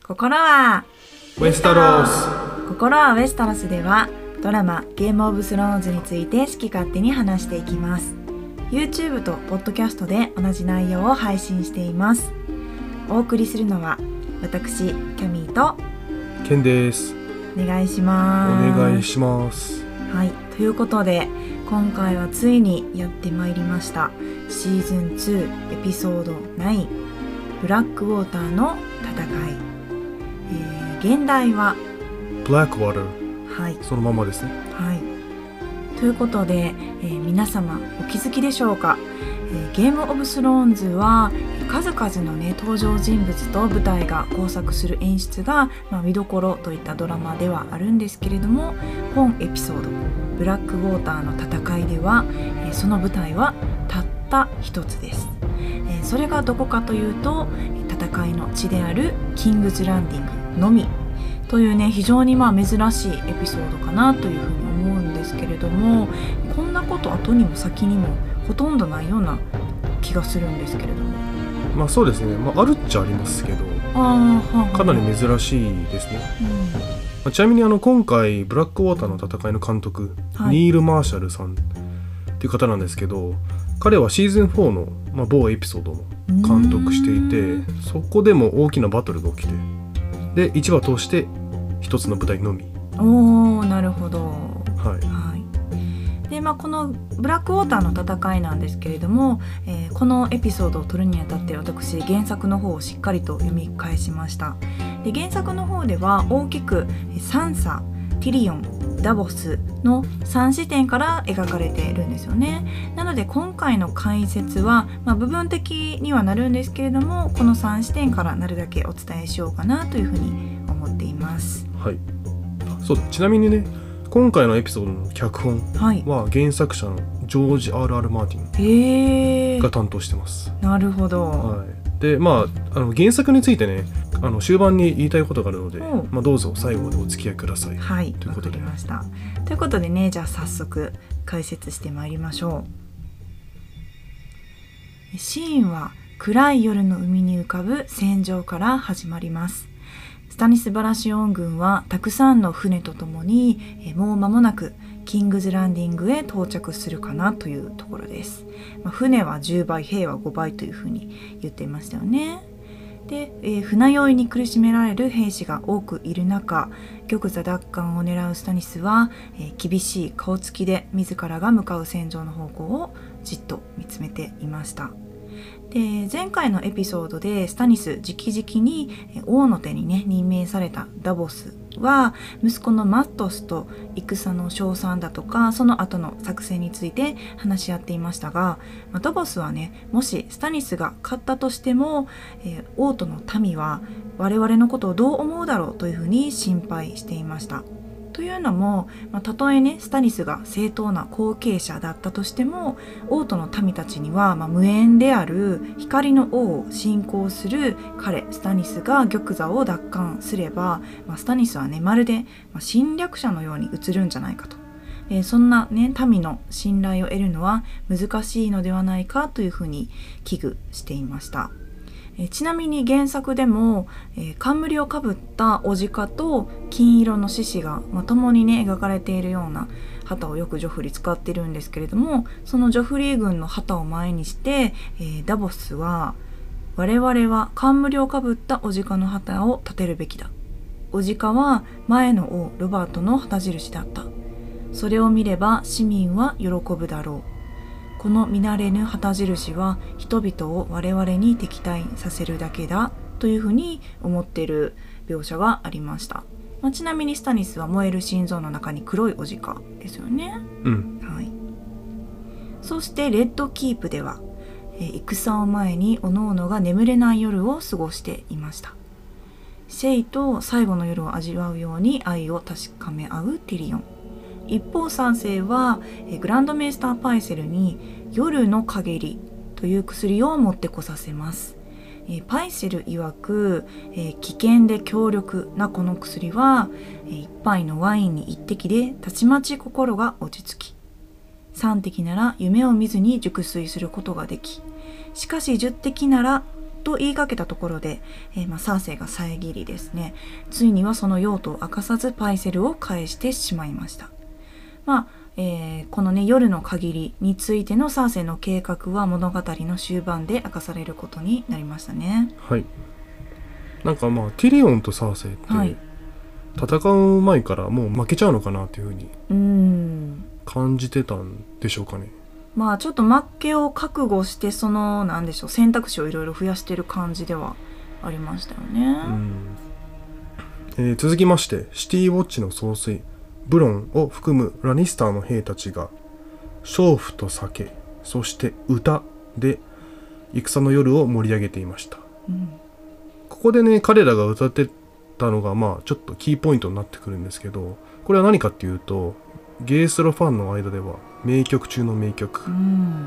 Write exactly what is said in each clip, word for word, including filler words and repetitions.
心はウェスタロス。 心はウェスタロスではドラマゲームオブスローンズについて好き勝手に話していきます。 YouTube と Podcast で同じ内容を配信しています。お送りするのは私キャミーとケンです。 お願いします。 お願いします。 はい、ということで今回はついにやってまいりました。シーズンツーエピソードナインブラックウォーターの戦い、えー、現代はブラックウォーター、 はい、 そのままですね。 はい、ということで、えー、皆様お気づきでしょうか、えー、ゲームオブスローンズは数々の、ね、登場人物と舞台が交錯する演出が、まあ、見どころといったドラマではあるんですけれども、本エピソードブラックウォーターの戦いでは、えー、その舞台はたった一つです。えー、それがどこかというと戦いの地であるキングズランディングのみというね、非常にまあ珍しいエピソードかなというふうに思うんですけれども、こんなこと後にも先にもほとんどないような気がするんですけれども、 まあそうですね、まあ、あるっちゃありますけど、 あーははかなり珍しいですね。 うんまあ、ちなみにあの今回ブラックウォーターの戦いの監督、 はい、 ニール・マーシャルさんっていう方なんですけど、彼はシーズンフォーの、まあ、某エピソードも監督していて、そこでも大きなバトルが起きて、でいちわ通して一つの舞台のみ。 おー、なるほど。 はい、 はい。でまあ、このブラックウォーターの戦いなんですけれども、えー、このエピソードを撮るにあたって私原作の方をしっかりと読み返しました。で原作の方では大きくサンサ、ティリオン、ダボスのさん視点から描かれているんですよね。なので今回の解説は、まあ、部分的にはなるんですけれども、このさん視点からなるだけお伝えしようかなというふうに思っています。 はい、そうちなみにね、今回のエピソードの脚本は原作者のジョージ・ アール・アール・マーティンが担当してます。 なるほど。 はい、でまあ、あの原作についてね、あの終盤に言いたいことがあるので、まあ、どうぞ最後までお付き合いください。 はい、 ということで、 わかりました。ということでね、じゃあ早速解説してまいりましょう。シーンは暗い夜の海に浮かぶ戦場から始まります。スタニス・バラシオン軍はたくさんの船とともにえもう間もなくキングズランディングへ到着するかなというところです。まあ、船はじゅうばい、兵はごばいというふうに言っていましたよね。で、えー、船酔いに苦しめられる兵士が多くいる中、玉座奪還を狙うスタニスは、えー、厳しい顔つきで自らが向かう戦場の方向をじっと見つめていました。で前回のエピソードでスタニス直々に王の手にね任命されたダボスは息子のマットスと戦の勝算だとかその後の作戦について話し合っていましたが、ダボスはね、もしスタニスが勝ったとしても、えー、王都の民は我々のことをどう思うだろうというふうに心配していました。というのも、まあ、たとえねスタニスが正当な後継者だったとしても、王都の民たちには、まあ、無縁である光の王を信仰する彼スタニスが玉座を奪還すれば、まあ、スタニスはねまるで、まあ、侵略者のように映るんじゃないかと、えー、そんなね民の信頼を得るのは難しいのではないかというふうに危惧していました。ちなみに原作でも、えー、冠をかぶったお鹿と金色の獅子が、まあ、共にね描かれているような旗をよくジョフリー使ってるんですけれども、そのジョフリー軍の旗を前にして、えー、ダボスは我々は冠をかぶったお鹿の旗を立てるべきだ。お鹿は前の王ロバートの旗印だった。それを見れば市民は喜ぶだろう。この見慣れぬ旗印は人々を我々に敵対させるだけだというふうに思っている描写がありました。まあ、ちなみにスタニスは燃える心臓の中に黒いお鹿ですよね。 うん、 はい、そしてレッドキープでは、えー、戦を前におのおのが眠れない夜を過ごしていました。シェイと最後の夜を味わうように愛を確かめ合うティリオン。一方三世はグランドメイスターパイセルに夜の陰りという薬を持ってこさせます。パイセル曰く危険で強力なこの薬は一杯のワインに一滴でたちまち心が落ち着き、三滴なら夢を見ずに熟睡することができ、しかし十滴ならと言いかけたところで、えーまあ、サーセイが遮りですね、ついにはその用途を明かさずパイセルを返してしまいました。まあえー、このね夜の限りについてのサーセイの計画は物語の終盤で明かされることになりましたね。 はい。なんかまあティリオンとサーセイって、はい、戦う前からもう負けちゃうのかなっていうふうに感じてたんでしょうかね。 まあちょっと負けを覚悟してそのなんでしょう選択肢をいろいろ増やしてる感じではありましたよね。 うん、えー、続きましてシティウォッチの総帥ブロンを含むラニスターの兵たちが娼婦と酒そして歌で戦の夜を盛り上げていました。うん、ここでね彼らが歌ってたのがまあちょっとキーポイントになってくるんですけど、これは何かっていうとゲースロファンの間では名曲中の名曲、うん、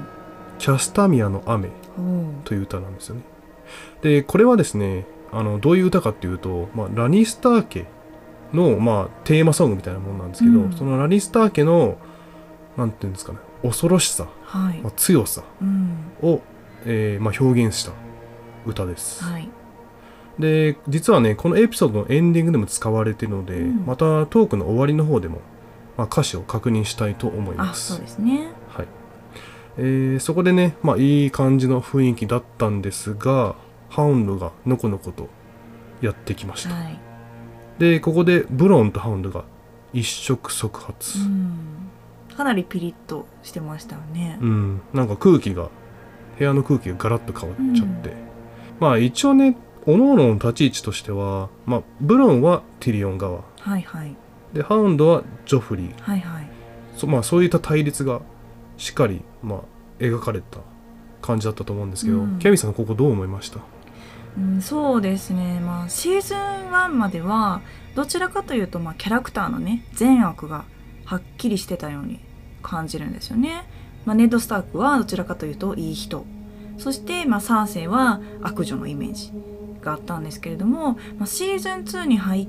キャスタミアの雨という歌なんですよね。でこれはですねあのどういう歌かっていうと、まあ、ラニスター家の、まあ、テーマソングみたいなものなんですけど、うん、そのラニスター家のなんていうんですかね恐ろしさ、はいまあ、強さを、うんえーまあ、表現した歌です。はいで実はねこのエピソードのエンディングでも使われているので、うん、またトークの終わりの方でも、まあ、歌詞を確認したいと思います。 あ、そうですね。 はいえー、そこでね、まあ、いい感じの雰囲気だったんですがハウンドがのこのことやってきました。はい、でここでブロンとハウンドが一触即発、うん、 かなりピリッとしてましたよね。 うん、なんか空気が部屋の空気がガラッと変わっちゃって、うん、まあ一応ね各々の立ち位置としては、まあ、ブロンはティリオン側、はいはい、でハウンドはジョフリー、はいはいそまあ、そういった対立がしっかり、まあ、描かれた感じだったと思うんですけど、うん、キャミさんここどう思いました？ うん、そうですね、まあ、シーズンワンまではどちらかというと、まあ、キャラクターのね善悪がはっきりしてたように感じるんですよね。まあ、ネッド・スタークはどちらかというといい人、そして、まあ、サーセイは悪女のイメージがあったんですけれども、まあ、シーズンツーに入って、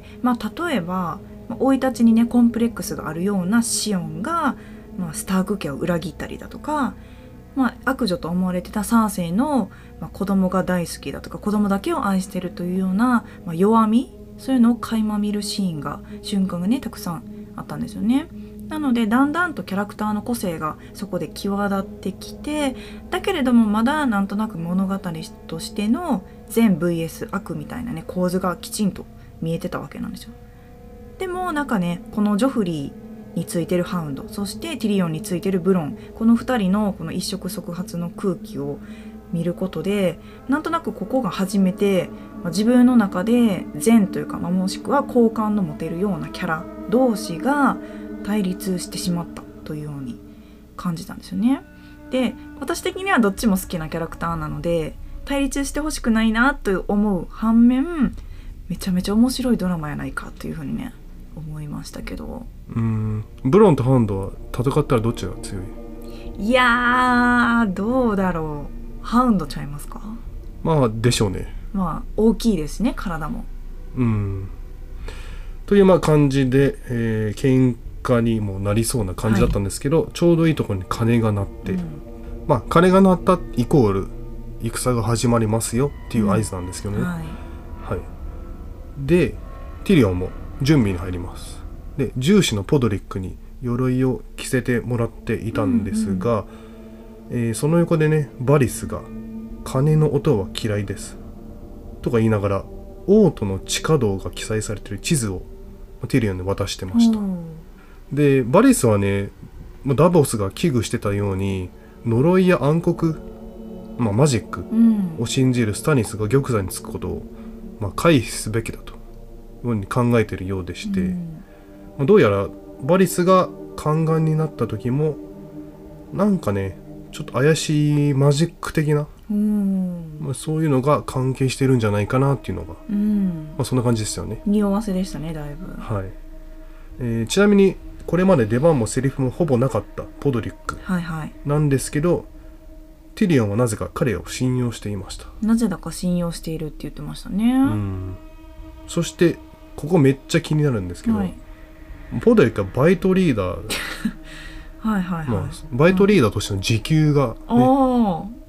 まあ、例えば生い立ちにねコンプレックスがあるようなシオンが、まあ、スターク家を裏切ったりだとか、まあ、悪女と思われてたサーセイの、まあ、子供が大好きだとか子供だけを愛してるというような、まあ、弱みそういうのを垣間見るシーンが瞬間がねたくさんあったんですよね。なのでだんだんとキャラクターの個性がそこで際立ってきて、だけれどもまだなんとなく物語としての善 ブイエス 悪みたいなね構図がきちんと見えてたわけなんですよ。でもなんかねこのジョフリーについてるハウンド、そしてティリオンについてるブロン、このふたりのこの一触即発の空気を見ることでなんとなくここが初めて、まあ、自分の中で善というか、まあ、もしくは好感の持てるようなキャラ同士が対立してしまったというように感じたんですよね。で私的にはどっちも好きなキャラクターなので対立してほしくないなと思う反面めちゃめちゃ面白いドラマやないかというふうにね思いましたけど、 うーんブロンとハウンドは戦ったらどっちが強い？ いやーどうだろう、ハウンドちゃいますか？ まあでしょうね。 まあ大きいですね体も。うんというまあ感じで、えー、喧嘩にもなりそうな感じだったんですけど、はい、ちょうどいいところに鐘が鳴って、うん、まあ鐘が鳴ったイコール戦が始まりますよっていう合図なんですけどね、うんはいはい、でティリオンも準備に入ります。で銃士のポドリックに鎧を着せてもらっていたんですが、うんうんえー、その横でねバリスが鐘の音は嫌いですとか言いながら王都の地下道が記載されている地図をティリオンに渡してました。でバリスはねダボスが危惧してたように呪いや暗黒、まあ、マジックを信じるスタニスが玉座につくことを、まあ、回避すべきだというふうに考えているようでして、うんまあ、どうやらバリスが宦官になった時もなんかねちょっと怪しいマジック的な、うんまあ、そういうのが関係してるんじゃないかなっていうのが、うんまあ、そんな感じですよね。 匂わせでしたねだいぶ。 はいえー、ちなみにこれまで出番もセリフもほぼなかったポドリックなんですけど、はいはい、ティリオンはなぜか彼を信用していました。 なぜだか信用しているって言ってましたね。 うんそしてここめっちゃ気になるんですけど、はい、ポドリックはバイトリーダーはいはい、はいまあ、バイトリーダーとしての時給が、ねうん、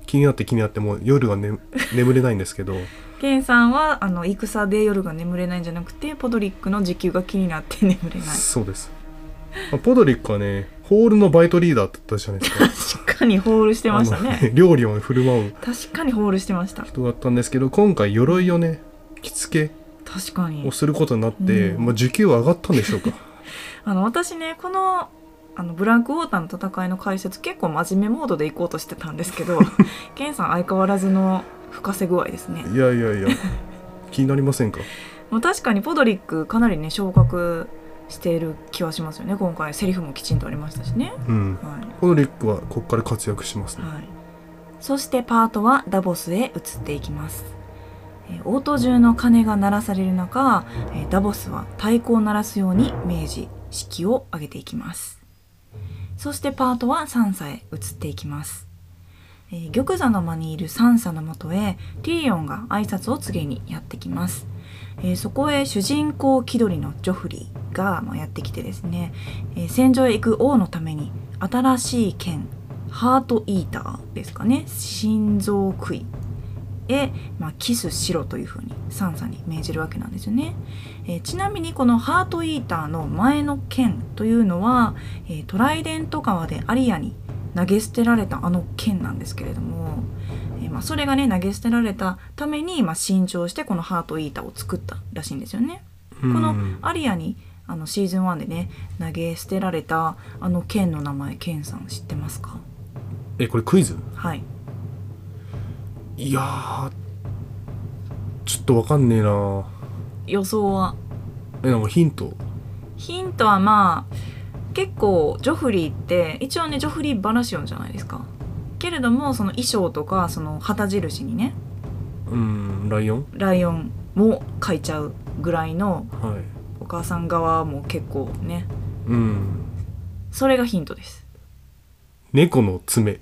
気になって気になってもう夜は、ね、眠れないんですけどケンさんはあの戦で夜が眠れないんじゃなくてポドリックの時給が気になって眠れない。 そうです、まあ、ポドリックはねホールのバイトリーダーだったじゃないですか確かにホールしてましたね料理を振る舞う確かにホールしてました人だったんですけど、今回鎧をね着付確かにけをすることになって、 うんまあ、時給は上がったんでしょうかあの私ねこのあのブラックウォーターの戦いの解説結構真面目モードで行こうとしてたんですけどケンさん相変わらずの深瀬具合ですね。 いやいやいや気になりませんか。 もう確かにポドリックかなりね昇格している気はしますよね。今回セリフもきちんとありましたしね、 うんはい、 ポドリックはここから活躍しますね、 はい、そしてパートはダボスへ移っていきます。えーオート中の鐘が鳴らされる中、えーダボスは太鼓を鳴らすように命じ式を挙げていきます。そしてパートはサンサへ移っていきます。えー玉座の間にいるサンサのもとへティリオンが挨拶を告げにやってきます。えーそこへ主人公気取りのジョフリーが、まあ、やってきてですね、えー戦場へ行く王のために新しい剣ハートイーターですかね、心臓杭へ、まあ、キスしろというふうにサンサに命じるわけなんですよね。えーちなみにこのハートイーターの前の剣というのは、えートライデント川でアリアに投げ捨てられたあの剣なんですけれども、えーまあ、それがね投げ捨てられたために、まあ、新調してこのハートイーターを作ったらしいんですよね。 うんこのアリアにあのシーズンワンでね投げ捨てられたあの剣の名前、ケンさん知ってますか？ えこれクイズ？ はい。 いやーちょっとわかんねえな。 予想は？ えなんかヒント。 ヒントはまあ結構ジョフリーって一応ねジョフリー・バラシオンじゃないですか。けれどもその衣装とかその旗印にねうんライオン。 ライオンも描いちゃうぐらいのはい。 お母さん側も結構ね、 うんそれがヒントです。 猫の爪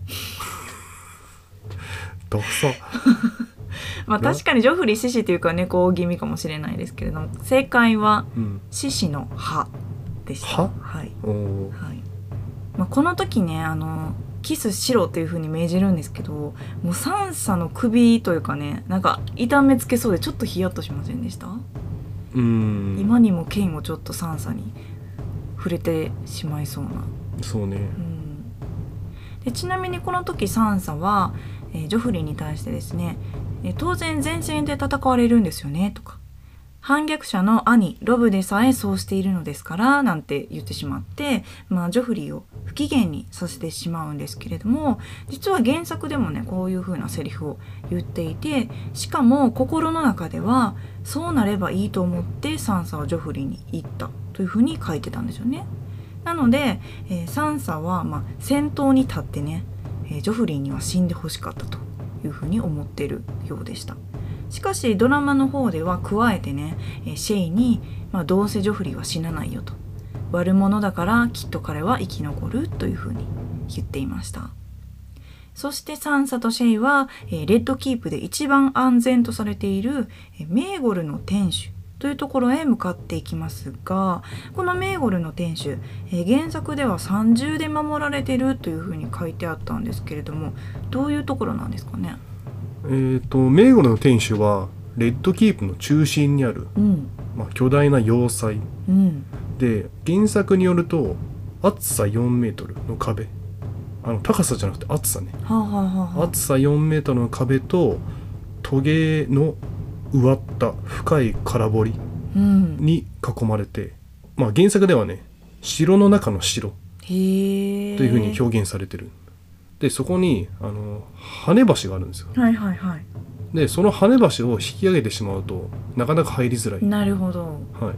ダサ。 まあ確かにジョフリー獅子というか猫気味かもしれないですけれども、正解はうん獅子の歯でした。 歯？ はい、 おーはい。まあ、この時ねあのキスしろっていう風に命じるんですけど、もうサンサの首というかねなんか痛めつけそうでちょっとヒヤッとしませんでした？ うん今にも剣をちょっとサンサに触れてしまいそうな。 そうね。 うんでちなみにこの時サンサは、えージョフリーに対してですね、えー当然前線で戦われるんですよねとか、反逆者の兄ロブでさえそうしているのですからなんて言ってしまって、まあ、ジョフリーを不機嫌にさせてしまうんですけれども、実は原作でもねこういう風なセリフを言っていて、しかも心の中ではそうなればいいと思ってサンサはジョフリーに言ったという風に書いてたんですよね。なので、えーサンサは、まあ、先頭に立ってね、えージョフリーには死んでほしかったという風に思っているようでした。しかしドラマの方では加えてね、えーシェイに、まあ、どうせジョフリーは死なないよと、悪者だからきっと彼は生き残るという風に言っていました。そしてサンサとシェイは、えーレッドキープで一番安全とされている、えーメーゴルの天守というところへ向かっていきますが、このメーゴルの天守、えー原作では三重で守られているという風に書いてあったんですけれども、どういうところなんですかね？ えーとメーゴルの天守はレッドキープの中心にある、 うんまあ、巨大な要塞うんで、原作によると厚さよんメートルの壁、あの高さじゃなくて厚さね、 はあ、はあはあはあ、 厚さよんメートルの壁とトゲの植わった深い空堀うん、 に囲まれて、まあ、原作ではね城の中の城へえというふうに表現されてる。でそこにあの跳ね橋があるんですよ。 はいはいはい、 でその跳ね橋を引き上げてしまうとなかなか入りづらい、 なるほど。 はい、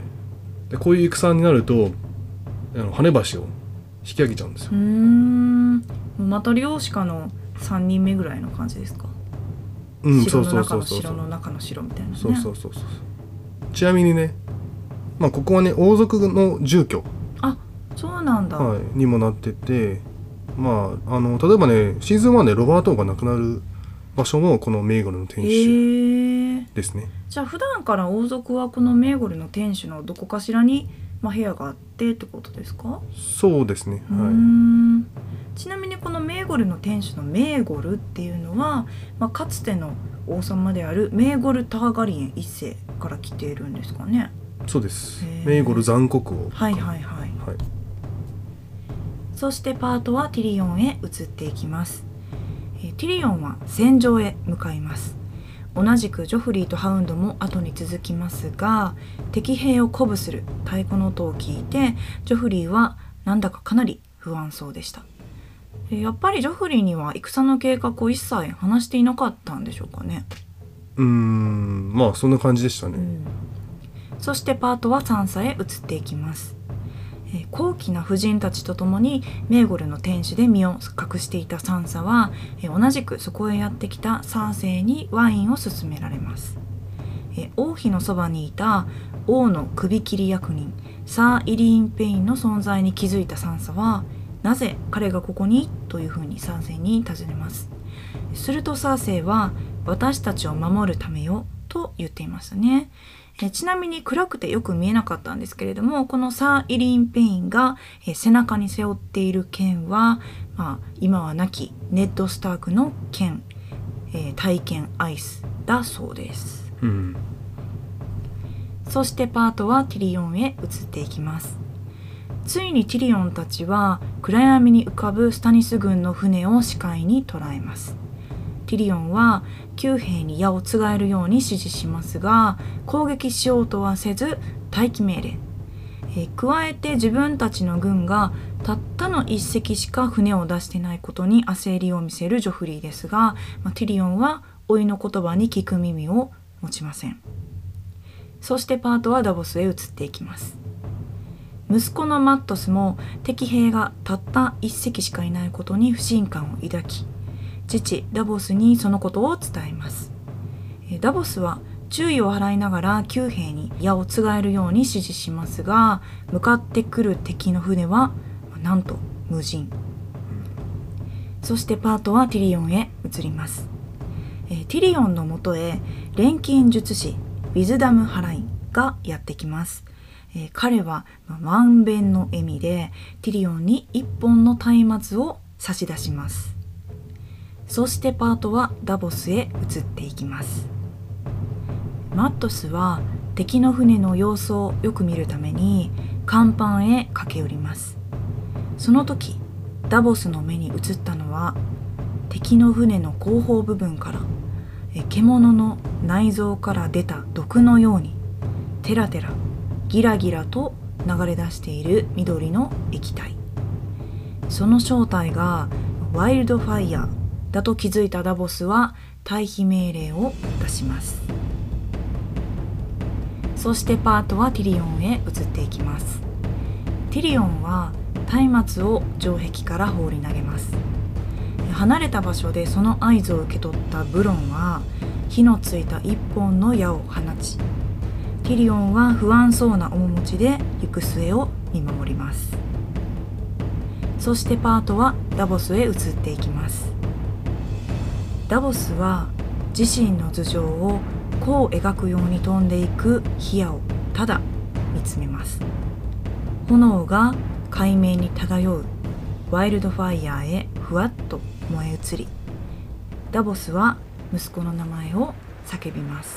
でこういう戦になるとあの跳ね橋を引き上げちゃうんですよ。 うーん、マトリョーシカのさんにんめぐらいの感じですか？ うん、そ城のうそうそ中のうそうそう城の中の城みたいなね。 そうそうそうそう。ちなみにね、まあ、ここはね王族の住居、 あ、そうなんだ。 はい、にもなってて、まああの例えばねシーズンワンでロバート王が亡くなる場所もこのメーゴルの天守へえ。 ですね。 じゃあ普段から王族はこのメーゴルの天守のどこかしらに、 まあ、部屋があってってことですか？ そうですね、 うーはい。 んちなみにこのメーゴルの天守のメーゴルっていうのは、まあ、かつての王様であるメーゴル・ターガリエン一世から来ているんですかね？ そうです。 へーメーゴル残国王。 はいはいはい。 はい。 そしてパートはティリオンへ移っていきます。えーティリオンは戦場へ向かいます。同じくジョフリーとハウンドも後に続きますが、敵兵を鼓舞する太鼓の音を聞いてジョフリーはなんだかかなり不安そうでした。えーやっぱりジョフリーには戦の計画を一切話していなかったんでしょうかね？ うーんまあそんな感じでしたね。 うんそしてパートはサンサへ移っていきます。えー高貴な婦人たちと共にメーゴルの天守で身を隠していたサンサは、えー同じくそこへやってきたサーセイにワインを勧められます。えー王妃のそばにいた王の首切り役人サー・イリーン・ペインの存在に気づいたサンサは、なぜ彼がここにというふうにサーセイに尋ねます。するとサーセイは、私たちを守るためよと言っていましたね。えちなみに暗くてよく見えなかったんですけれども、このサー・イリーン・ペインがえ背中に背負っている剣は、まあ、今は亡きネッド・スタークの剣、えー体剣アイスだそうです。 うんそしてパートはティリオンへ移っていきます。ついにティリオンたちは暗闇に浮かぶスタニス軍の船を視界に捉えます。ティリオンは旧兵に矢をつがえるように指示しますが、攻撃しようとはせず待機命令。えー加えて自分たちの軍がたったの一隻しか船を出してないことに焦りを見せるジョフリーですが、まあ、ティリオンは甥いの言葉に聞く耳を持ちません。そしてパートはダボスへ移っていきます。息子のマットスも敵兵がたった一隻しかいないことに不信感を抱き、父ダボスにそのことを伝えます。えダボスは注意を払いながら旧兵に矢をつがえるように指示しますが、向かってくる敵の船はなんと無人。そしてパートはティリオンへ移ります。えーティリオンのもとへ錬金術師ウィズダム・ハラインがやってきます。えー彼はまあ満遍の笑みでティリオンに一本の松明を差し出します。そしてパートはダボスへ移っていきます。マットスは敵の船の様子をよく見るために甲板へ駆け寄ります。その時ダボスの目に映ったのは、敵の船の後方部分からえ獣の内臓から出た毒のようにテラテラギラギラと流れ出している緑の液体。その正体がワイルドファイヤーだと気づいたダボスは退避命令を出します。そしてパートはティリオンへ移っていきます。ティリオンは松明を城壁から放り投げます。離れた場所でその合図を受け取ったブロンは火のついた一本の矢を放ち、ティリオンは不安そうな面持ちで行く末を見守ります。そしてパートはダボスへ移っていきます。ダボスは自身の頭上を弧を描くように飛んでいく火矢をただ見つめます。炎が海面に漂うワイルドファイヤーへふわっと燃え移り、ダボスは息子の名前を叫びます。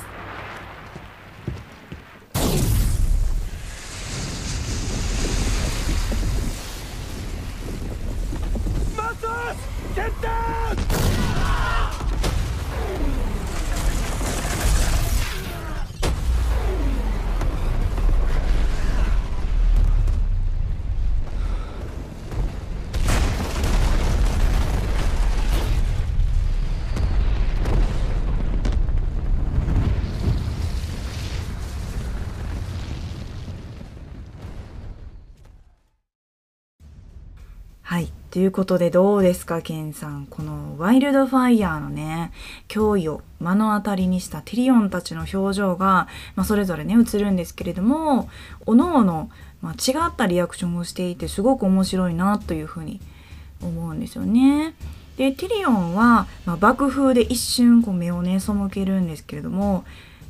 はい。ということでどうですか、ケンさん。このワイルドファイヤーのね、脅威を目の当たりにしたティリオンたちの表情が、まあ、それぞれね、映るんですけれども、おのおの、まあ、違ったリアクションをしていて、すごく面白いなというふうに思うんですよね。で、ティリオンは、まあ、爆風で一瞬こう目をね、背けるんですけれども、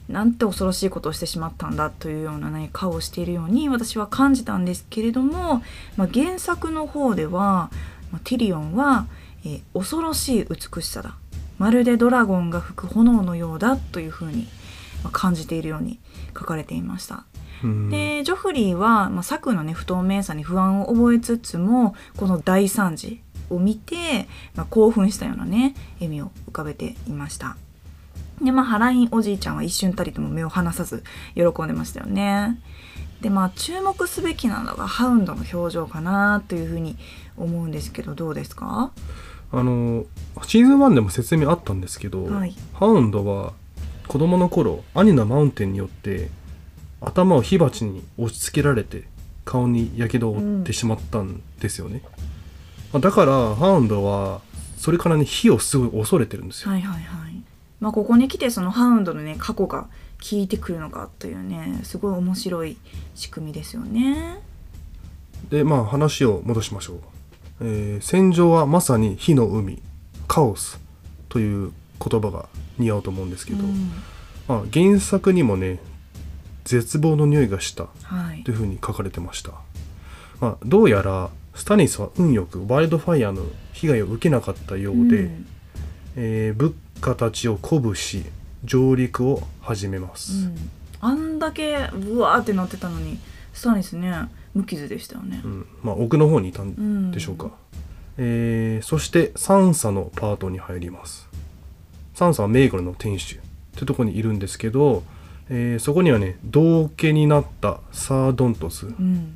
なんて恐ろしいことをしてしまったんだというような、ね、顔をしているように私は感じたんですけれども、まあ、原作の方では、まあ、ティリオンは、えー、恐ろしい美しさだ、まるでドラゴンが吹く炎のようだというふうに感じているように書かれていました。でジョフリーは、まあ、策の、ね、不透明さに不安を覚えつつもこの大惨事を見て、まあ、興奮したようなね笑みを浮かべていました。でまあハラインおじいちゃんは一瞬たりとも目を離さず喜んでましたよね。でまあ注目すべきなのがハウンドの表情かなというふうに思うんですけど、どうですか？ あのシーズンワンでも説明あったんですけど、はい、ハウンドは子供の頃アニナマウンテンによって頭を火鉢に押し付けられて顔にやけどを負ってしまったんですよね、うん、だからハウンドはそれからね火をすごい恐れてるんですよ。 はいはいはい。まあ、ここに来てそのハウンドのね過去が効いてくるのかというねすごい面白い仕組みですよね。 でまあ話を戻しましょう。えー、戦場はまさに火の海、カオスという言葉が似合うと思うんですけど、うんまあ、原作にもね絶望の匂いがしたというふうに書かれてました、はいまあ、どうやらスタニスは運よくワイルドファイアの被害を受けなかったようで、うんえー、部下たちを鼓舞し上陸を始めます、うん、 あんだけブワーってなってたのにスタニスね無傷でしたよね、 うんまあ、奥の方にいたんでしょうか、うんえー、そしてサンサのパートに入ります。サンサはメーゴルの天守ってとこにいるんですけど、えー、そこにはね道化になったサードントス、うん、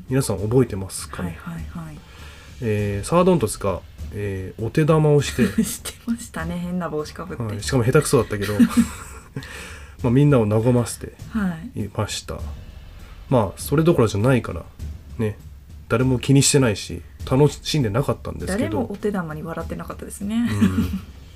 皆さん覚えてますかね、はいはいはいえー、サードントスが、えー、お手玉をしてしてましたね。変な帽子かぶって、 はい、しかも下手くそだったけどまあみんなを和ませていました、はい、まあそれどころじゃないからね誰も気にしてないし楽しんでなかったんですけど、 誰もお手玉に笑ってなかったですね、 うん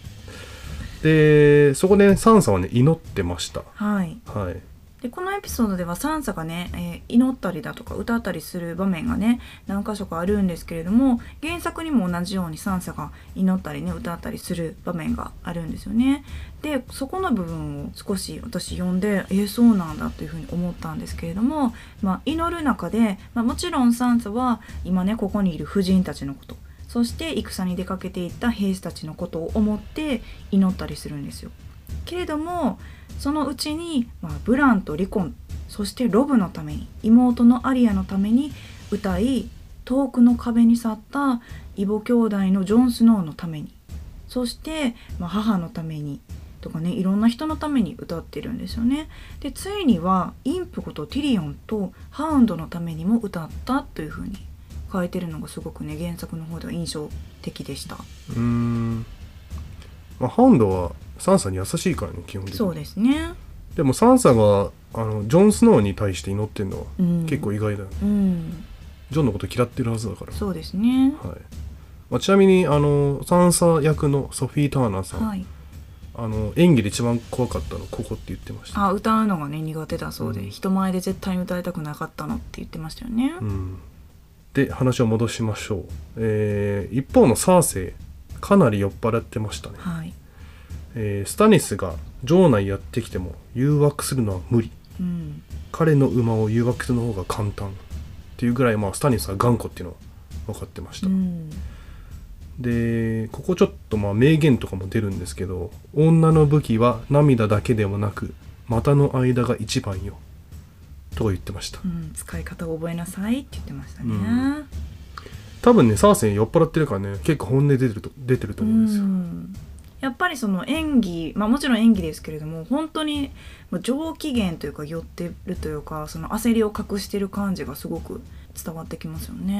でそこでサンサはね祈ってました。 はい、はい、でこのエピソードではサンサがね、えー、祈ったりだとか歌ったりする場面がね何箇所かあるんですけれども、原作にも同じようにサンサが祈ったりね歌ったりする場面があるんですよね。でそこの部分を少し私読んでえー、そうなんだというふうに思ったんですけれども、まあ、祈る中で、まあ、もちろんサンサは今ねここにいる婦人たちのこと、そして戦に出かけていった兵士たちのことを思って祈ったりするんですよ。けれどもそのうちに、まあ、ブランとリコン、そしてロブのために、妹のアリアのために歌い、遠くの壁に去ったイボ兄弟のジョン・スノーのために、そして、まあ、母のためにとかね、いろんな人のために歌ってるんですよね。でついにはインプことティリオンとハウンドのためにも歌ったというふうに書いてるのがすごくね原作の方では印象的でした。 うーん、まあ、ハウンドはサンサに優しいからね基本的に。 そうですね。でもサンサがあのジョン・スノーに対して祈ってるのは結構意外だよね、うん、ジョンのこと嫌ってるはずだから。 そうですね、 はいまあ、ちなみにあのサンサ役のソフィー・ターナーさん、はい、あの演技で一番怖かったのここって言ってました。 あ、歌うのがね苦手だそうで、うん、人前で絶対に歌いたくなかったのって言ってましたよね、うん、 で話を戻しましょう、えー、一方のサーセイかなり酔っ払ってましたね、はいえー、スタニスが城内やってきても誘惑するのは無理、うん、彼の馬を誘惑するの方が簡単っていうぐらい、まあ、スタニスは頑固っていうのは分かってました、うん、でここちょっとまあ名言とかも出るんですけど、女の武器は涙だけでもなく股の間が一番よとか言ってました、 うん、使い方を覚えなさいって言ってましたね、うん、 多分ねサーセイ酔っ払ってるからね結構本音出てると出てると思うんですよ、うん、 やっぱりその演技、まあもちろん演技ですけれども本当に上機嫌というか酔ってるというかその焦りを隠してる感じがすごく伝わってきますよね、うん、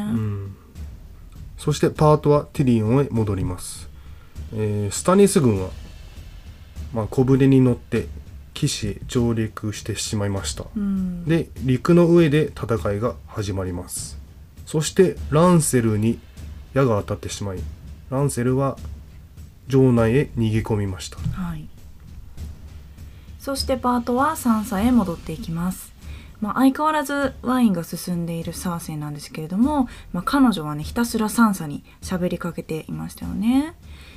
そしてパートはティリオンへ戻ります、えー、スタニス軍は、まあ、小舟に乗って岸へ上陸してしまいました、うん、で陸の上で戦いが始まります。そしてランセルに矢が当たってしまいランセルは城内へ逃げ込みました、はい、 そしてパートはサンサへ戻っていきます。まあ、相変わらずワインが進んでいるサーセイなんですけれども、まあ、彼女はねひたすらサンサに喋りかけていましたよね。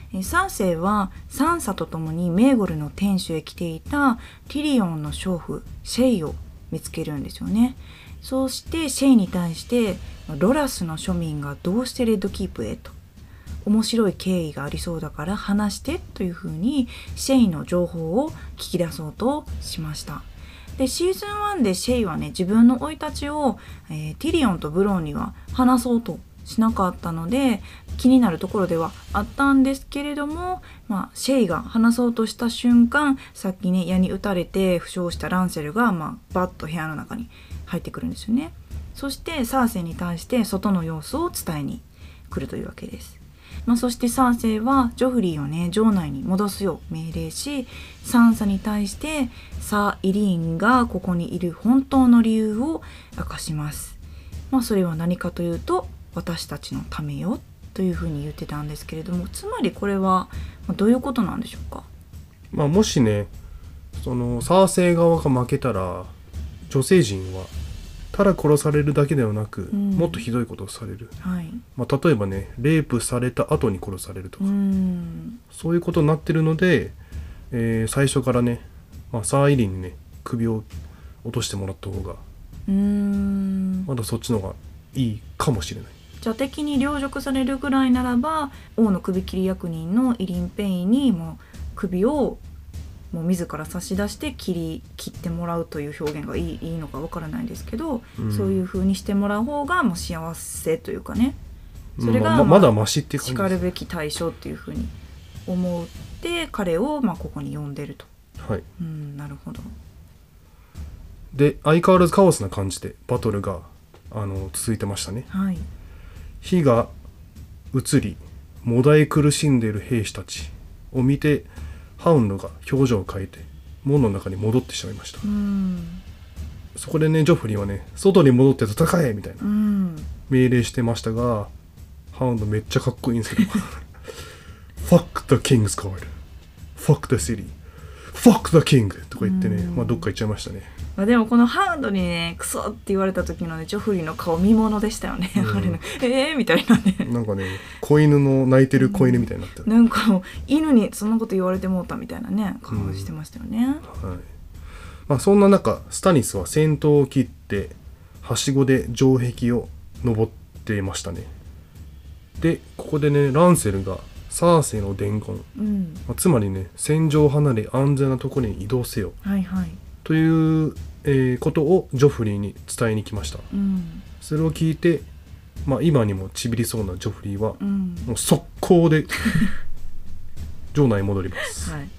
えサーセイはサンサと共にメーゴルの天守へ来ていたティリオンの娼婦シェイを見つけるんですよね。そうしてシェイに対してロラスの庶民がどうしてレッドキープへと面白い経緯がありそうだから話してというふうにシェイの情報を聞き出そうとしました。でシーズンワンでシェイはね自分の生い立ちを、えー、ティリオンとブロンには話そうとしなかったので気になるところではあったんですけれども、まあ、シェイが話そうとした瞬間さっきね矢に打たれて負傷したランセルが、まあ、バッと部屋の中に入ってくるんですよね。そしてサーセイに対して外の様子を伝えに来るというわけです。まあ、そしてサーセイはジョフリーをね城内に戻すよう命令しサンサに対してサー・イリーンがここにいる本当の理由を明かします。まあ、それは何かというと私たちのためよというふうに言ってたんですけれども、つまりこれはどういうことなんでしょうか。 まあ、もしねそのサーセイ側が負けたら女性陣はただ殺されるだけではなく、うん、もっとひどいことをされる、はいまあ、例えばねレイプされた後に殺されるとか、うん、そういうことになってるので、えー、最初からね、まあ、サーイリンにね首を落としてもらった方がうーんまだそっちの方がいいかもしれない。 じゃあ敵に陵辱されるぐらいならば王の首切り役人のイリン・ペインにもう首をもう自ら差し出して切り切ってもらうという表現がいい、いいのかわからないんですけど、うん、そういう風にしてもらう方がもう幸せというかねそれが、まあまあ、まだマシっていう感じです。 しかるべき対象っていう風に思って彼をまあここに呼んでると。 はい、 うん、なるほど。 で相変わらずカオスな感じでバトルがあの続いてましたね。 はい、 火が移りもだえ苦しんでいる兵士たちを見てハウンドが表情を変えて門の中に戻ってしまいました。うんそこでねジョフリーはね外に戻って戦えみたいな命令してましたが、ハウンドめっちゃかっこいいんですけどFuck the king's guard Fuck the city Fuck the king とか言ってね、まあ、どっか行っちゃいましたね。 まあ、でもこのハウンドにねクソって言われた時のねジョフリーの顔見ものでしたよね、うん、あれのえーみたいなねなんかね子犬の泣いてる子犬みたいになってる、 うん、なんか犬にそんなこと言われてもうたみたいなね顔してましたよね、 うんはいまあ、そんな中スタニスは先頭を切ってはしごで城壁を登っていましたね。でここでねランセルがサーセイの伝言、うんまあ、つまりね戦場を離れ安全なところに移動せよ、 はいはい、 という、えー、ことをジョフリーに伝えに来ました、うん、それを聞いて、まあ、今にもちびりそうなジョフリーは、うん、もう速攻で城内に戻ります、はいはい、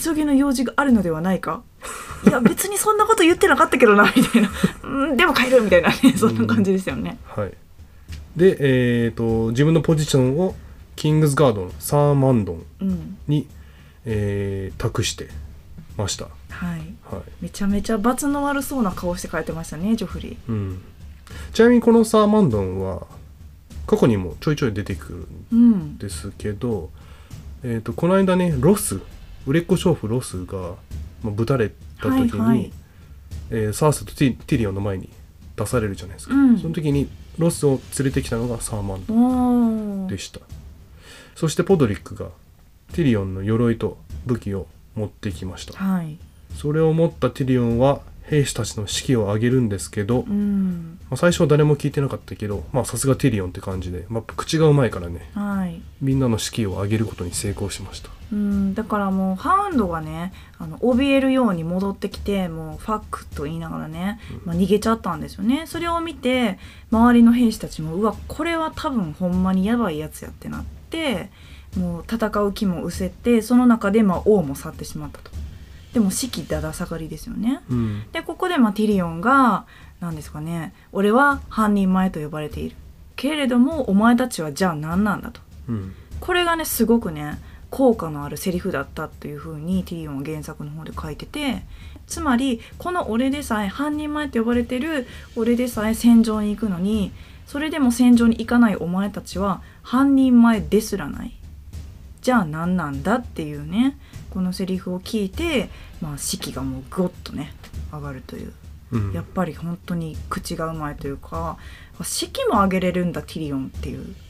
急ぎの用事があるのではないかいや別にそんなこと言ってなかったけどなみたいなうんでも帰るみたいなねそんな感じですよね、 うん、はいで、えーと、自分のポジションをキングズガードのサーマンドンに、うんえー、託してました、 はいはい、めちゃめちゃ罰の悪そうな顔して帰ってましたねジョフリー、 うん、ちなみにこのサーマンドンは過去にもちょいちょい出てくるんですけど、うんえーと、この間ねロス売れっ子娼婦ロスが、まあ、ぶたれた時に、はいはいえー、サーセとティ、ティリオンの前に出されるじゃないですか、うん、その時にロスを連れてきたのがサーマンドンでした。そしてポドリックがティリオンの鎧と武器を持ってきました、はい、それを持ったティリオンは兵士たちの士気を上げるんですけど、うんまあ、最初は誰も聞いてなかったけどさすがティリオンって感じで、まあ、口がうまいからね、はい、みんなの士気を上げることに成功しました。 うんだからもうハウンドがねあの怯えるように戻ってきてもうファックと言いながらね、まあ、逃げちゃったんですよね。それを見て周りの兵士たちもうわこれは多分ほんまにやばいやつやってなってもう戦う気も失せてその中でまあ王も去ってしまったと。でも士気だだ下がりですよね、うん、でここでまあティリオンが何ですかね俺は半人前と呼ばれているけれどもお前たちはじゃあ何なんだと、うん、これがねすごくね効果のあるセリフだったというふうにティリオンは原作の方で書いててつまりこの俺でさえ半人前と呼ばれてる俺でさえ戦場に行くのにそれでも戦場に行かないお前たちは半人前ですらないじゃあ何なんだっていうねこのセリフを聞いて、まあ、士気がもうゴッとね上がるという、うん、やっぱり本当に口がうまいというか士気も上げれるんだティリオンっていう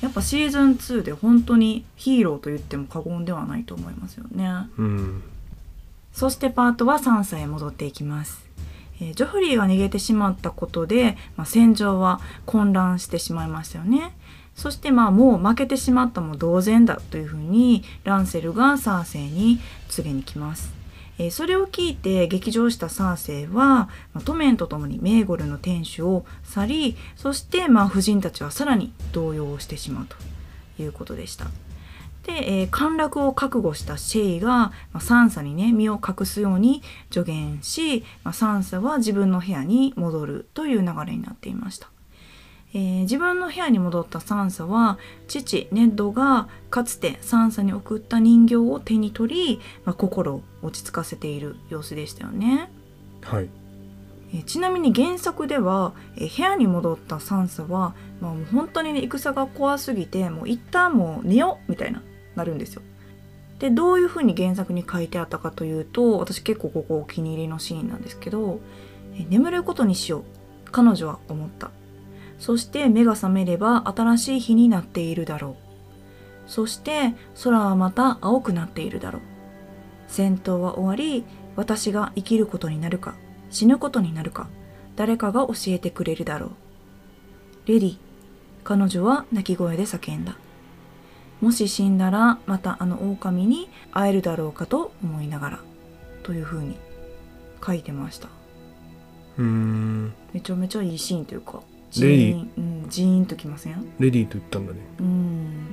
やっぱシーズンツーで本当にヒーローと言っても過言ではないと思いますよね。 うん、 そしてパートはサンサへ戻っていきます。えー、ジョフリーが逃げてしまったことで、まあ、戦場は混乱してしまいましたよね。そしてまあもう負けてしまったも同然だというふうにランセルがサーセイに告げに来ます。えー、それを聞いて激情したサーセイは、まあ、トメンとともにメーゴルの天守を去り、そしてまあ夫人たちはさらに動揺をしてしまうということでした。で、えー、陥落を覚悟したシェイが、まあ、サンサにね身を隠すように助言し、まあ、サンサは自分の部屋に戻るという流れになっていました。えー、自分の部屋に戻ったサンサは父ネッドがかつてサンサに送った人形を手に取り、まあ、心を落ち着かせている様子でしたよね。 はい。 えー、ちなみに原作では、えー、部屋に戻ったサンサは、まあ、もう本当に、ね、戦が怖すぎてもう一旦もう寝ようみたいななるんですよ。でどういう風に原作に書いてあったかというと、私結構ここお気に入りのシーンなんですけど、えー、眠ることにしよう彼女は思った。そして目が覚めれば新しい日になっているだろう。そして空はまた青くなっているだろう。戦闘は終わり、私が生きることになるか死ぬことになるか誰かが教えてくれるだろう。レディ、彼女は泣き声で叫んだ。もし死んだらまたあの狼に会えるだろうかと思いながら、というふうに書いてました。 うーん、 めちゃめちゃいいシーンというか、 レディ、 うん、ジーンときません？ レディと言ったんだね。 うん。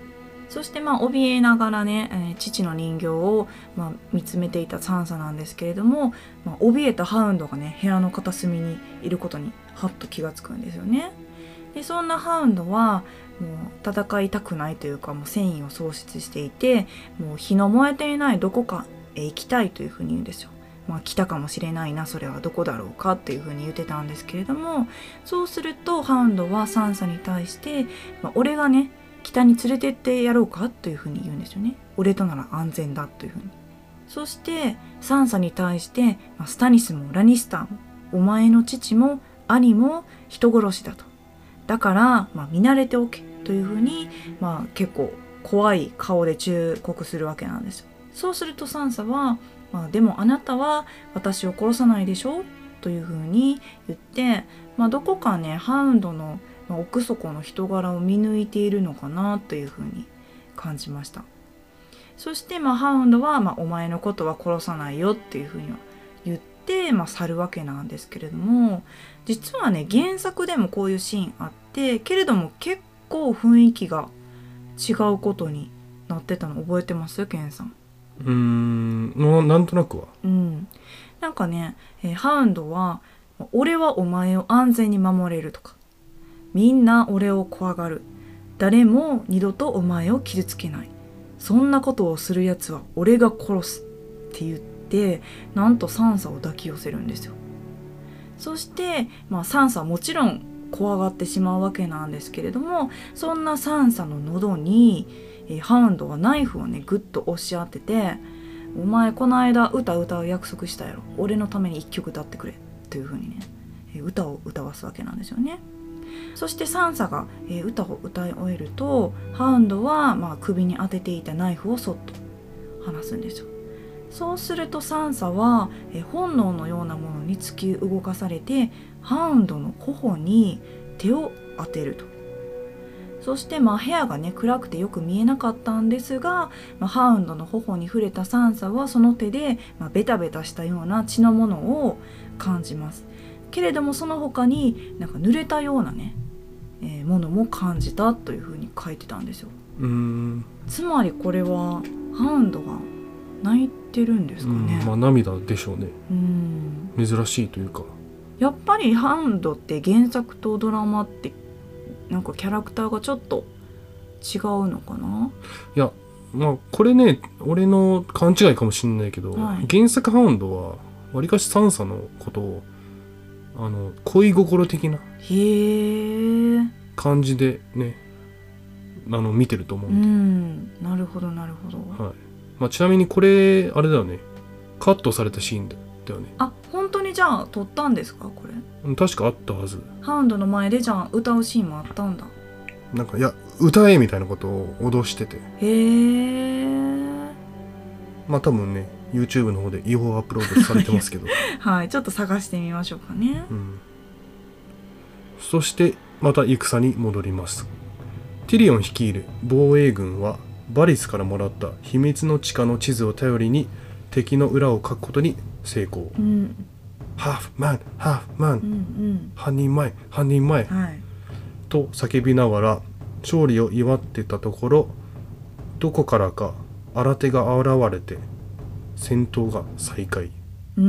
そしてまあ怯えながらね、えー、父の人形を、まあ、見つめていたサンサなんですけれども、まあ、怯えたハウンドがね部屋の片隅にいることにハッと気がつくんですよね。でそんなハウンドはもう戦いたくないというか、もう戦意を喪失していて、もう火の燃えていないどこかへ行きたいというふうに言うんですよ。まあ、来たかもしれないな、それはどこだろうかっていうふうに言ってたんですけれども、そうするとハウンドはサンサに対して、まあ、俺がね北に連れてってやろうかというふうに言うんですよね。俺となら安全だというふうに。そしてサンサに対して、まあ、スタニスもラニスターもお前の父も兄も人殺しだと。だから、まあ、見慣れておけというふうに、まあ、結構怖い顔で忠告するわけなんですよ。そうするとサンサは、まあ、でもあなたは私を殺さないでしょというふうに言って、まあ、どこかねハウンドの奥底の人柄を見抜いているのかなというふうに感じました。そして、まあ、ハウンドは、まあ、お前のことは殺さないよっていうふうには言って、まあ、去るわけなんですけれども、実はね原作でもこういうシーンあってけれども結構雰囲気が違うことになってたの覚えてます？ケンさん。 うーん、な、なんとなくは。 うん、なんかね、えー、ハウンドは俺はお前を安全に守れるとか、みんな俺を怖がる、誰も二度とお前を傷つけない、そんなことをするやつは俺が殺すって言って、なんとサンサを抱き寄せるんですよ。そして、まあ、サンサはもちろん怖がってしまうわけなんですけれども、そんなサンサの喉に、えー、ハウンドはナイフをねグッと押し当てて、お前この間歌歌う約束したやろ、俺のために一曲歌ってくれというふうにね、えー、歌を歌わすわけなんですよね。そしてサンサが、えー、歌を歌い終えると、ハウンドは、まあ、首に当てていたナイフをそっと離すんですよ。そうするとサンサは、えー、本能のようなものに突き動かされてハウンドの頬に手を当てると。そして、まあ、部屋がね暗くてよく見えなかったんですが、まあ、ハウンドの頬に触れたサンサはその手で、まあ、ベタベタしたような血のものを感じますけれども、その他になんか濡れたようなね、えー、ものも感じたというふうに書いてたんですよ。 うーん、 つまりこれはハウンドが泣いてるんですかね。 うん、まあ涙でしょうね。 うん、 珍しいというか。 やっぱりハウンドって原作とドラマってなんかキャラクターがちょっと違うのかな。 いや、まあこれね俺の勘違いかもしれないけど、はい、原作ハウンドはわりかしサンサのことをあの恋心的な感じでねあの見てると思うんで、うん、なるほどなるほど、 はい。まあ、ちなみにこれあれだよね、カットされたシーンだよね。 あ、本当にじゃあ撮ったんですかこれ。 確かあったはず。 ハウンドの前でじゃあ歌うシーンもあったんだ。 なんかいや歌えみたいなことを脅してて、 へえ。 まあ多分ね YouTube の方で違法アップロードされてますけどはい、ちょっと探してみましょうかね。 うん、そしてまた戦に戻ります。ティリオン率いる防衛軍はバリスからもらった秘密の地下の地図を頼りに敵の裏をかくことに成功。 うん、 ハーフマンハーフマン、 うんうん半人前半人前はいと叫びながら勝利を祝ってたところ、どこからか新手が現れて戦闘が再開。 うん、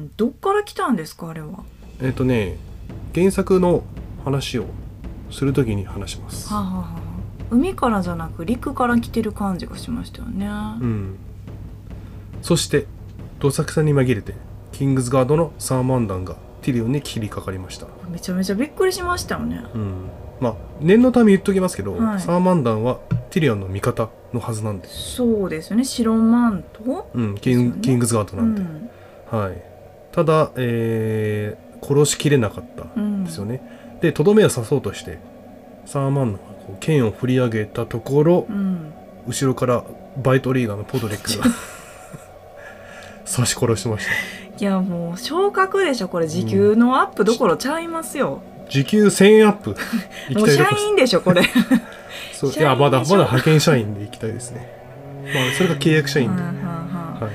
どっから来たんですかあれは。 えっ、とね原作の話をするときに話します。 はあ、はあはあ、海からじゃなく陸から来てる感じがしましたよね。 うん、そしてどさくさに紛れてキングズガードのサーマンダンがティリオンに切りかかりました。 めちゃめちゃびっくりしましたよね。 うん、まあ念のため言っときますけど、 はい、 サーマンダンはティリオンの味方のはずなんで。 そうですよね、白マント、 うん、キン、 ね、 キングズガードなんで、うん、はい。ただ、えー、殺しきれなかったんですよね、うん、でとどめを刺そうとしてサーマンダンがこう剣を振り上げたところ、うん、後ろからバイトリーダーのポドリックが刺し殺してました。 いやもう昇格でしょこれ、時給のアップどころちゃいますよ、 うん、時給せんえんアップもう社員でしょこれそういやまだまだ派遣社員で行きたいですねまあそれが契約社員で、ははははい、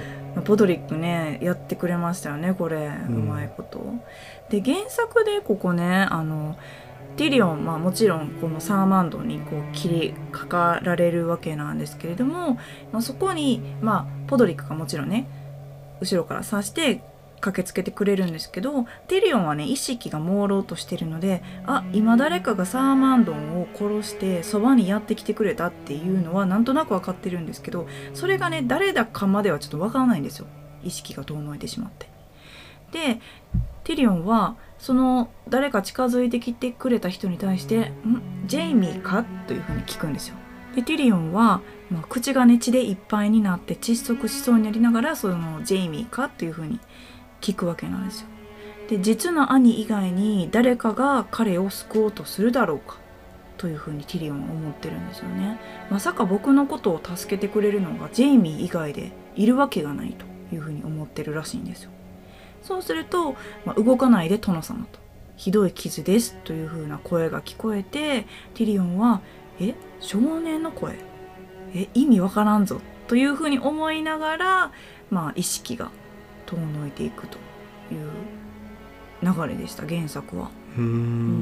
ポドリックねやってくれましたよねこれ、うん、うまいこと。で原作でここねあのティリオン、まあ、もちろんこのサーマンドにこう切りかかられるわけなんですけれども、まあ、そこに、まあ、ポドリックがもちろんね後ろから刺して駆けつけてくれるんですけど、ティリオンはね意識が朦朧としてるので、あ今誰かがサーマンドンを殺してそばにやってきてくれたっていうのはなんとなく分かってるんですけど、それがね誰だかまではちょっと分からないんですよ、意識が遠のいてしまって。でティリオンはその誰か近づいてきてくれた人に対して「んジェイミーか?」というふうに聞くんですよ。でティリオンは、まあ、口がね血でいっぱいになって窒息しそうになりながらそのジェイミーかっていうふうに聞くわけなんですよ。で実の兄以外に誰かが彼を救おうとするだろうかというふうにティリオンは思ってるんですよね。まさか僕のことを助けてくれるのがジェイミー以外でいるわけがないというふうに思ってるらしいんですよ。そうすると、まあ、動かないで殿様とひどい傷ですというふうな声が聞こえて、ティリオンはえ少年の声え意味わからんぞというふうに思いながら、まあ、意識が遠のいていくという流れでした原作は。 うーん、うん、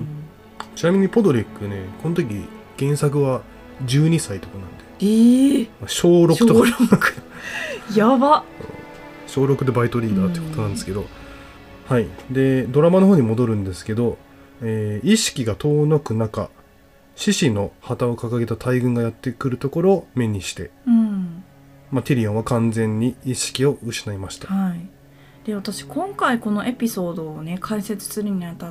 ちなみにポドリックねこの時原作はじゅうにさいとかなんで、 えー、 しょうろくとか小ろくやばしょうろくでバイトリーダーってことなんですけど、はい。でドラマの方に戻るんですけど、えー、意識が遠のく中獅子の旗を掲げた大軍がやってくるところを目にして、うんまあ、ティリオンは完全に意識を失いました。 はい、で私今回このエピソードをね解説するにあたって、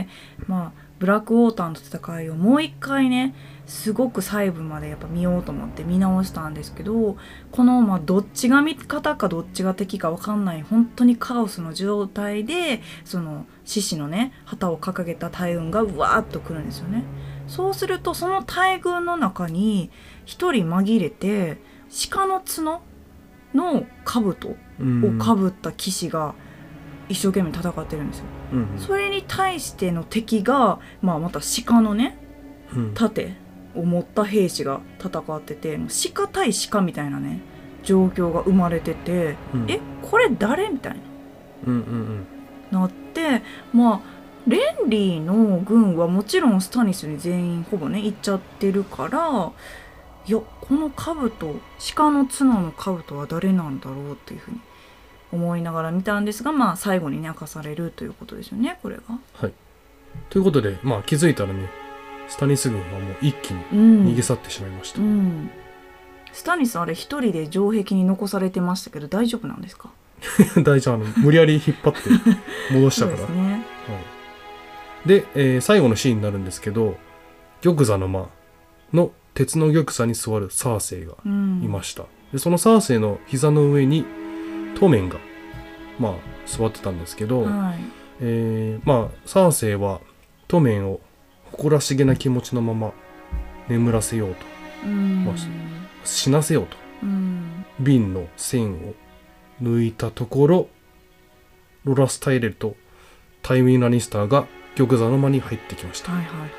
まあ、ブラックウォーターの戦いをもう一回ねすごく細部までやっぱ見ようと思って見直したんですけど、この、まあ、どっちが味方かどっちが敵か分かんない本当にカオスの状態でその獅子のね旗を掲げた大軍がうわーっと来るんですよね。そうするとその大軍の中に一人紛れて鹿の角の兜をかぶった騎士が一生懸命戦ってるんですよ、うん、それに対しての敵が、まあ、また鹿のね盾を持った兵士が戦ってて、鹿対鹿みたいなね状況が生まれてて、うん、えこれ誰みたいな、うんうんうん、なってまあレンリーの軍はもちろんスタニスに全員ほぼね行っちゃってるから、いやこの兜鹿の角の兜は誰なんだろうっていうふうに思いながら見たんですが、まあ最後にね明かされるということですよねこれが。 はい。ということでまあ気づいたらねスタニス軍はもう一気に逃げ去ってしまいました。うんうん、 スタニスあれ一人で城壁に残されてましたけど大丈夫なんですか？ 大丈夫、無理やり引っ張って戻したから。そうですね。はいで、えー、最後のシーンになるんですけど、玉座の間の鉄の玉座に座るサーセイがいました、うん、でそのサーセイの膝の上にトメンが、まあ、座ってたんですけど、はいえーまあ、サーセイはトメンを誇らしげな気持ちのまま眠らせようと、 うんまあ、死なせようとうん瓶の栓を抜いたところ、ロラス・タイレルとタイウィン・ラニスターが玉座の間に入ってきました、 はいはいはいはい、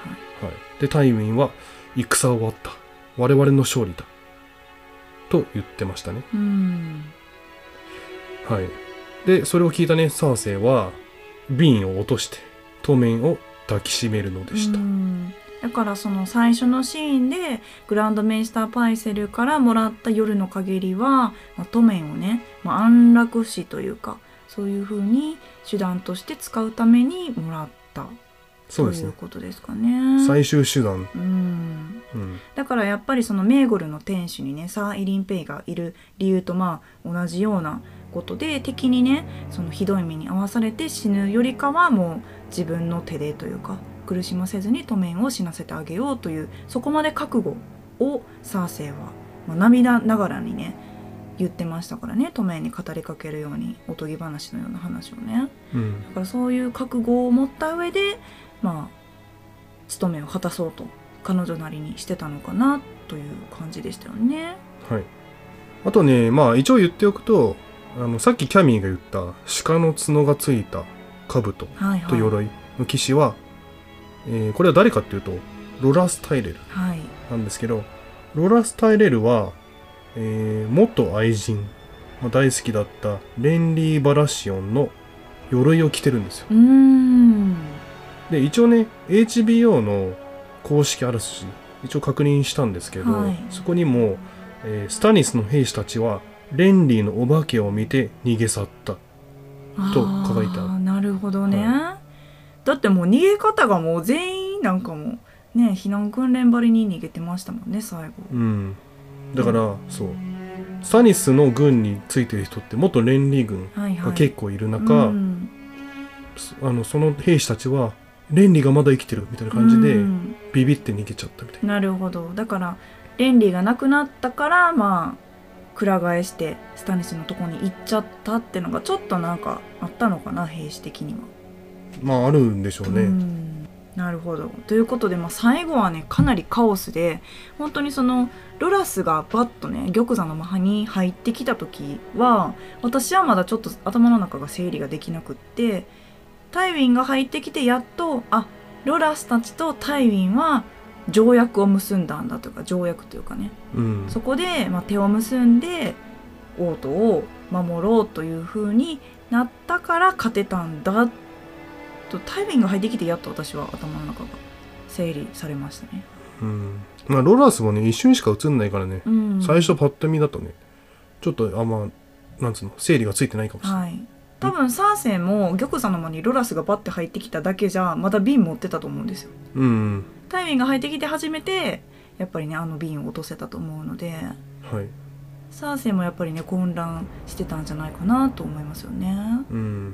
でタイウィンは戦は終わった、我々の勝利だと言ってましたね。 うんはい。でそれを聞いたねサーセイは瓶を落としてトメンを抱きしめるのでした。 うんだからその最初のシーンでグランドメイスターパイセルからもらった夜の限りは、まあ、トメンをね、まあ、安楽死というかそういう風に手段として使うためにもらったそうですね、 ということですかね。 最終手段、 うんうん、 だからやっぱりそのメーゴルの天守にねサー・イリン・ペイがいる理由とまあ同じようなことで、敵にねそのひどい目に遭わされて死ぬよりかはもう自分の手でというか苦しませずにトメンを死なせてあげようというそこまで覚悟をサーセイは、まあ、涙ながらにね言ってましたからね、トメンに語りかけるようにおとぎ話のような話をね、 うん、 だからそういう覚悟を持った上でまあ務めを果たそうと彼女なりにしてたのかなという感じでしたよね。 はい。あとねまあ一応言っておくと、あのさっきキャミーが言った鹿の角がついた兜と鎧の騎士は、えー、これは誰かっていうとロラス・タイレルなんですけど、はい、ロラス・タイレルは、えー、元愛人、まあ、大好きだったレンリー・バラシオンの鎧を着てるんですよ。 うーんで一応ね エイチビーオー の公式あらすじ一応確認したんですけど、はい、そこにも、えー、スタニスの兵士たちはレンリーのお化けを見て逃げ去ったと書いてある。 あなるほどね、 はだってもう逃げ方がもう全員なんかもうね避難訓練ばりに逃げてましたもんね最後。 うんだから、うん、そうスタニスの軍についてる人って元レンリー軍が結構いる中、はいはいうん、あのその兵士たちはレンリーがまだ生きてるみたいな感じでビビって逃げちゃったみたいな。 なるほど。だからレンリーが亡くなったからまあくら替えしてスタニスのとこに行っちゃったってのがちょっとなんかあったのかな兵士的には。 まああるんでしょうね。 うんなるほど。ということで、まあ、最後はねかなりカオスで本当にそのロラスがバッとね玉座の間に入ってきた時は私はまだちょっと頭の中が整理ができなくってタイウィンが入ってきてやっとあロラスたちとタイウィンは条約を結んだんだというか条約というかね、うん、そこで、まあ、手を結んで王都を守ろうという風になったから勝てたんだとタイウィンが入ってきてやっと私は頭の中が整理されましたね、 うんまあ、ロラスもね一瞬しか映んないからね、うん、最初パッと見だとねちょっとあんまなんつうの整理がついてないかもしれない、はい多分サーセイも玉座の間にロラスがバッて入ってきただけじゃまだ瓶持ってたと思うんですよ、うん、タイミングが入ってきて初めてやっぱりねあの瓶を落とせたと思うので、はい、サーセイもやっぱりね混乱してたんじゃないかなと思いますよね、うん、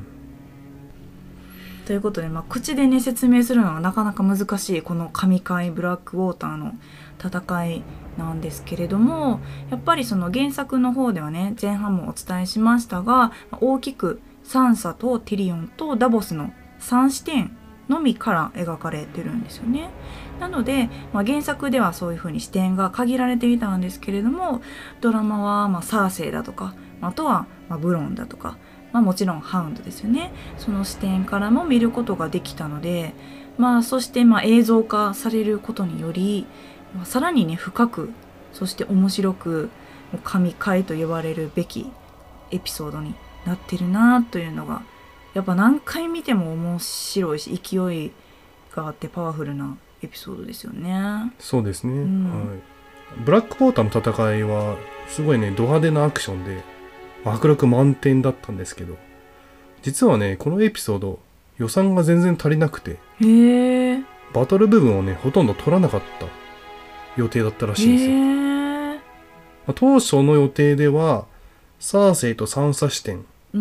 ということで、まあ、口でね説明するのはなかなか難しいこの神回ブラックウォーターの戦いなんですけれどもやっぱりその原作の方ではね前半もお伝えしましたが大きくサンサとティリオンとダボスのさん視点のみから描かれてるんですよね。なので、まあ、原作ではそういう風に視点が限られていたんですけれどもドラマはまあサーセイだとかあとはまあブロンだとか、まあ、もちろんハウンドですよね。その視点からも見ることができたので、まあ、そしてまあ映像化されることにより、まあ、さらにね深くそして面白く神回と呼ばれるべきエピソードになってるなというのがやっぱ何回見ても面白いし勢いがあってパワフルなエピソードですよね。 そうですね、うんはい、ブラックウォーターの戦いはすごいねド派手なアクションで迫力満点だったんですけど実はねこのエピソード予算が全然足りなくてへーバトル部分をねほとんど取らなかった予定だったらしいんですよ、へー、まあ、当初の予定ではサーセイとサンサ視点うん、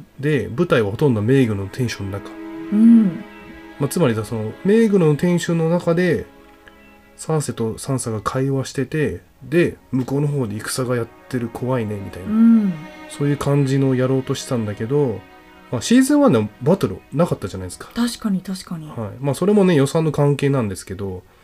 で舞台はほとんどメーグの天守の中、うんまあ、つまりそのメーグの天守の中でサーセとサンサが会話しててで向こうの方で戦がやってる怖いねみたいな、うん、そういう感じのやろうとしてたんだけど、まあ、シーズンワンのバトルなかったじゃないですか。 確かに確かに、 はいまあ、それもね予算の関係なんですけど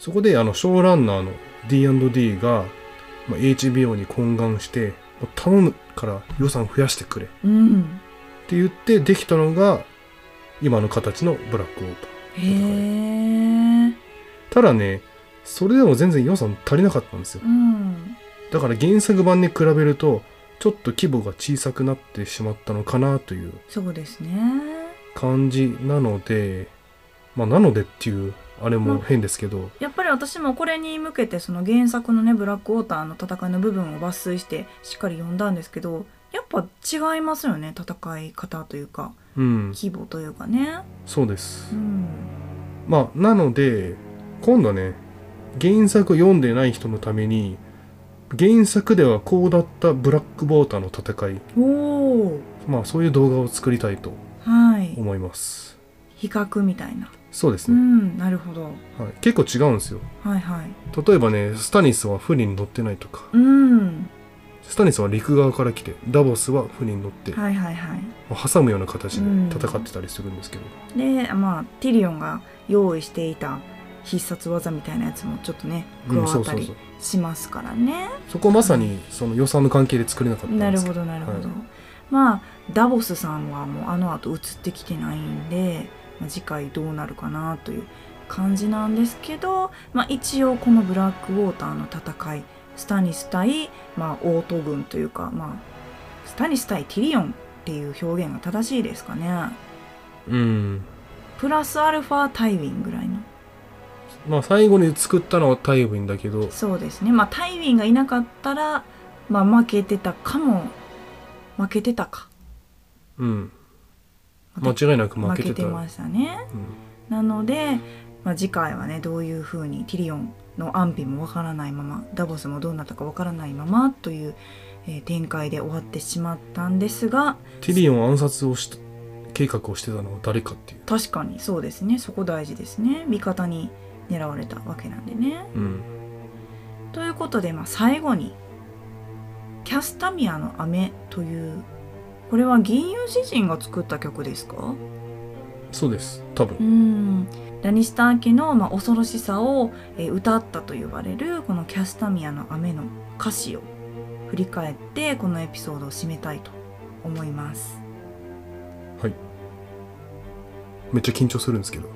そこであのショーランナーの ディーアンドディー が、まあ、エイチビーオー に懇願してもう頼むから予算増やしてくれってうん言ってできたのが今の形のブラックウォーター。 へえただねそれでも全然予算足りなかったんですよ。 うんだから原作版に比べるとちょっと規模が小さくなってしまったのかなというそうですね。 感じなので、まあなのでっていうあれも変ですけど、 やっぱり私もこれに向けてその原作のねブラックウォーターの戦いの部分を抜粋してしっかり読んだんですけど、やっぱ違いますよね、戦い方というかうん規模というかね。 そうです、 うん、 まあなので今度はね原作読んでない人のために原作ではこうだったブラックウォーターの戦い、 おお、 まあそういう動画を作りたいとはい思います。 比較みたいな。うそうですね、 ん、なるほど。 はい、結構違うんですよ。 はいはい。 例えばねスタニスは船に乗ってないとか、 うんスタニスは陸側から来てダボスは船に乗って、 はいはいはい。 まあ挟むような形で戦ってたりするんですけど、 でまあティリオンが用意していた必殺技みたいなやつもちょっとね加うんわったりそうそうそうしますからね。 そこまさにその予算の関係で作れなかったんなるですけど、 ほどなるほど、 はいまあダボスさんはもうあの後映ってきてないんで、まあ、次回どうなるかなという感じなんですけど、まあ、一応このブラックウォーターの戦いスタニス対、まあ、オート軍というか、まあ、スタニス対ティリオンっていう表現が正しいですかね。 うんプラスアルファタイウィンぐらいの。 まあ最後に作ったのはタイウィンだけど、 そうですね、まあタイウィンがいなかったら、まあ、負けてたかも負けてたかうん間違いなく負負けてた。 けてましたね。 うんなので、まあ、次回はねどういう風にティリオンの安否もわからないままダボスもどうなったかわからないままという、えー展開で終わってしまったんですが、 ティリオン暗殺をした計画をしてたのは誰かっていう、 確かにそうですね、そこ大事ですね。味方に狙われたわけなんでね。 うんということで、まあ、最後にキャスタミアの雨という、これは銀融詩人が作った曲ですか？ そうです多分、 うんラニスター家の、まあ、恐ろしさを、えー歌ったと呼ばれるこのキャスタミアの雨の歌詞を振り返ってこのエピソードを締めたいと思います。 はいめっちゃ緊張するんですけど、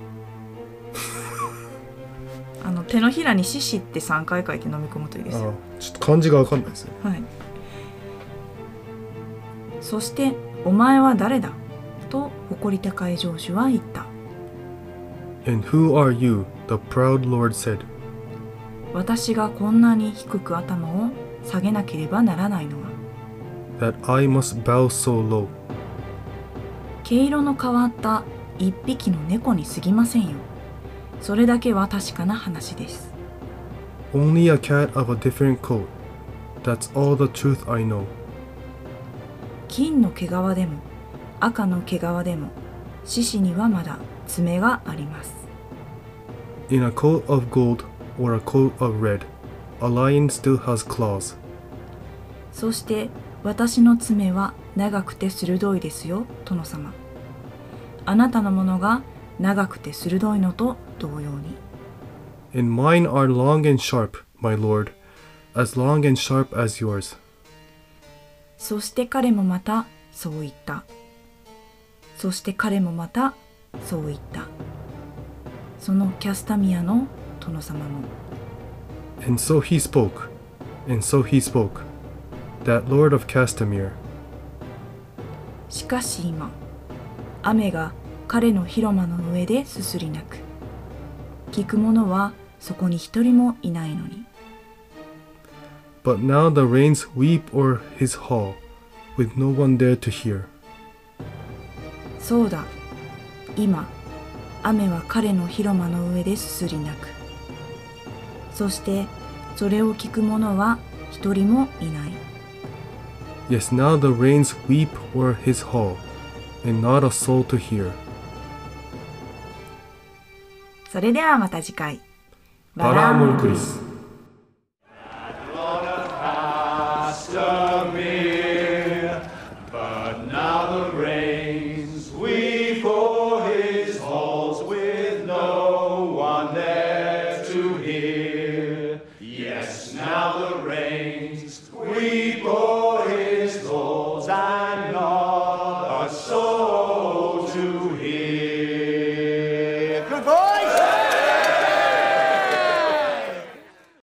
あの手のひらに獅子ってさんかい書いて飲み込むといいですよ。 あちょっと漢字が分かんないですね。 はい。そしてお前は誰だと誇り高い城主は言った。 And who are you? The proud Lord said. 私がこんなに低く頭を下げなければならないのは That I must bow so low. 毛色の変わった一匹の猫に過ぎませんよ。それだけは確かな話です。 Only a cat of a different coat. That's all the truth I know. 金の毛皮でも赤の毛皮でも獅子にはまだ爪があります。 In a coat of gold or a coat of red, a lion still has claws. そして私の爪は長くて鋭いですよ、殿様。あなたのものが長くて鋭いのと同様に。 And mine are long and sharp, my lord, as long and sharp as yours. そして彼もまたそう言った。そして彼もまたそう言った。そのキャスタミアの殿様も。 And so he spoke, and so he spoke, that lord of Castamere. しかし今、雨が彼の広間の上ですすり泣く。聞く者はそこに一人もいないのに。 But now the rains weep o'er his hall, with no one there to hear. そうだ、今、雨は彼の広間の上ですすり泣く。そしてそれを聞く者は一人もいない。 Yes, now the rains weep o'er his hall, and not a soul to hear. それではまた次回。 バラーモルクリス。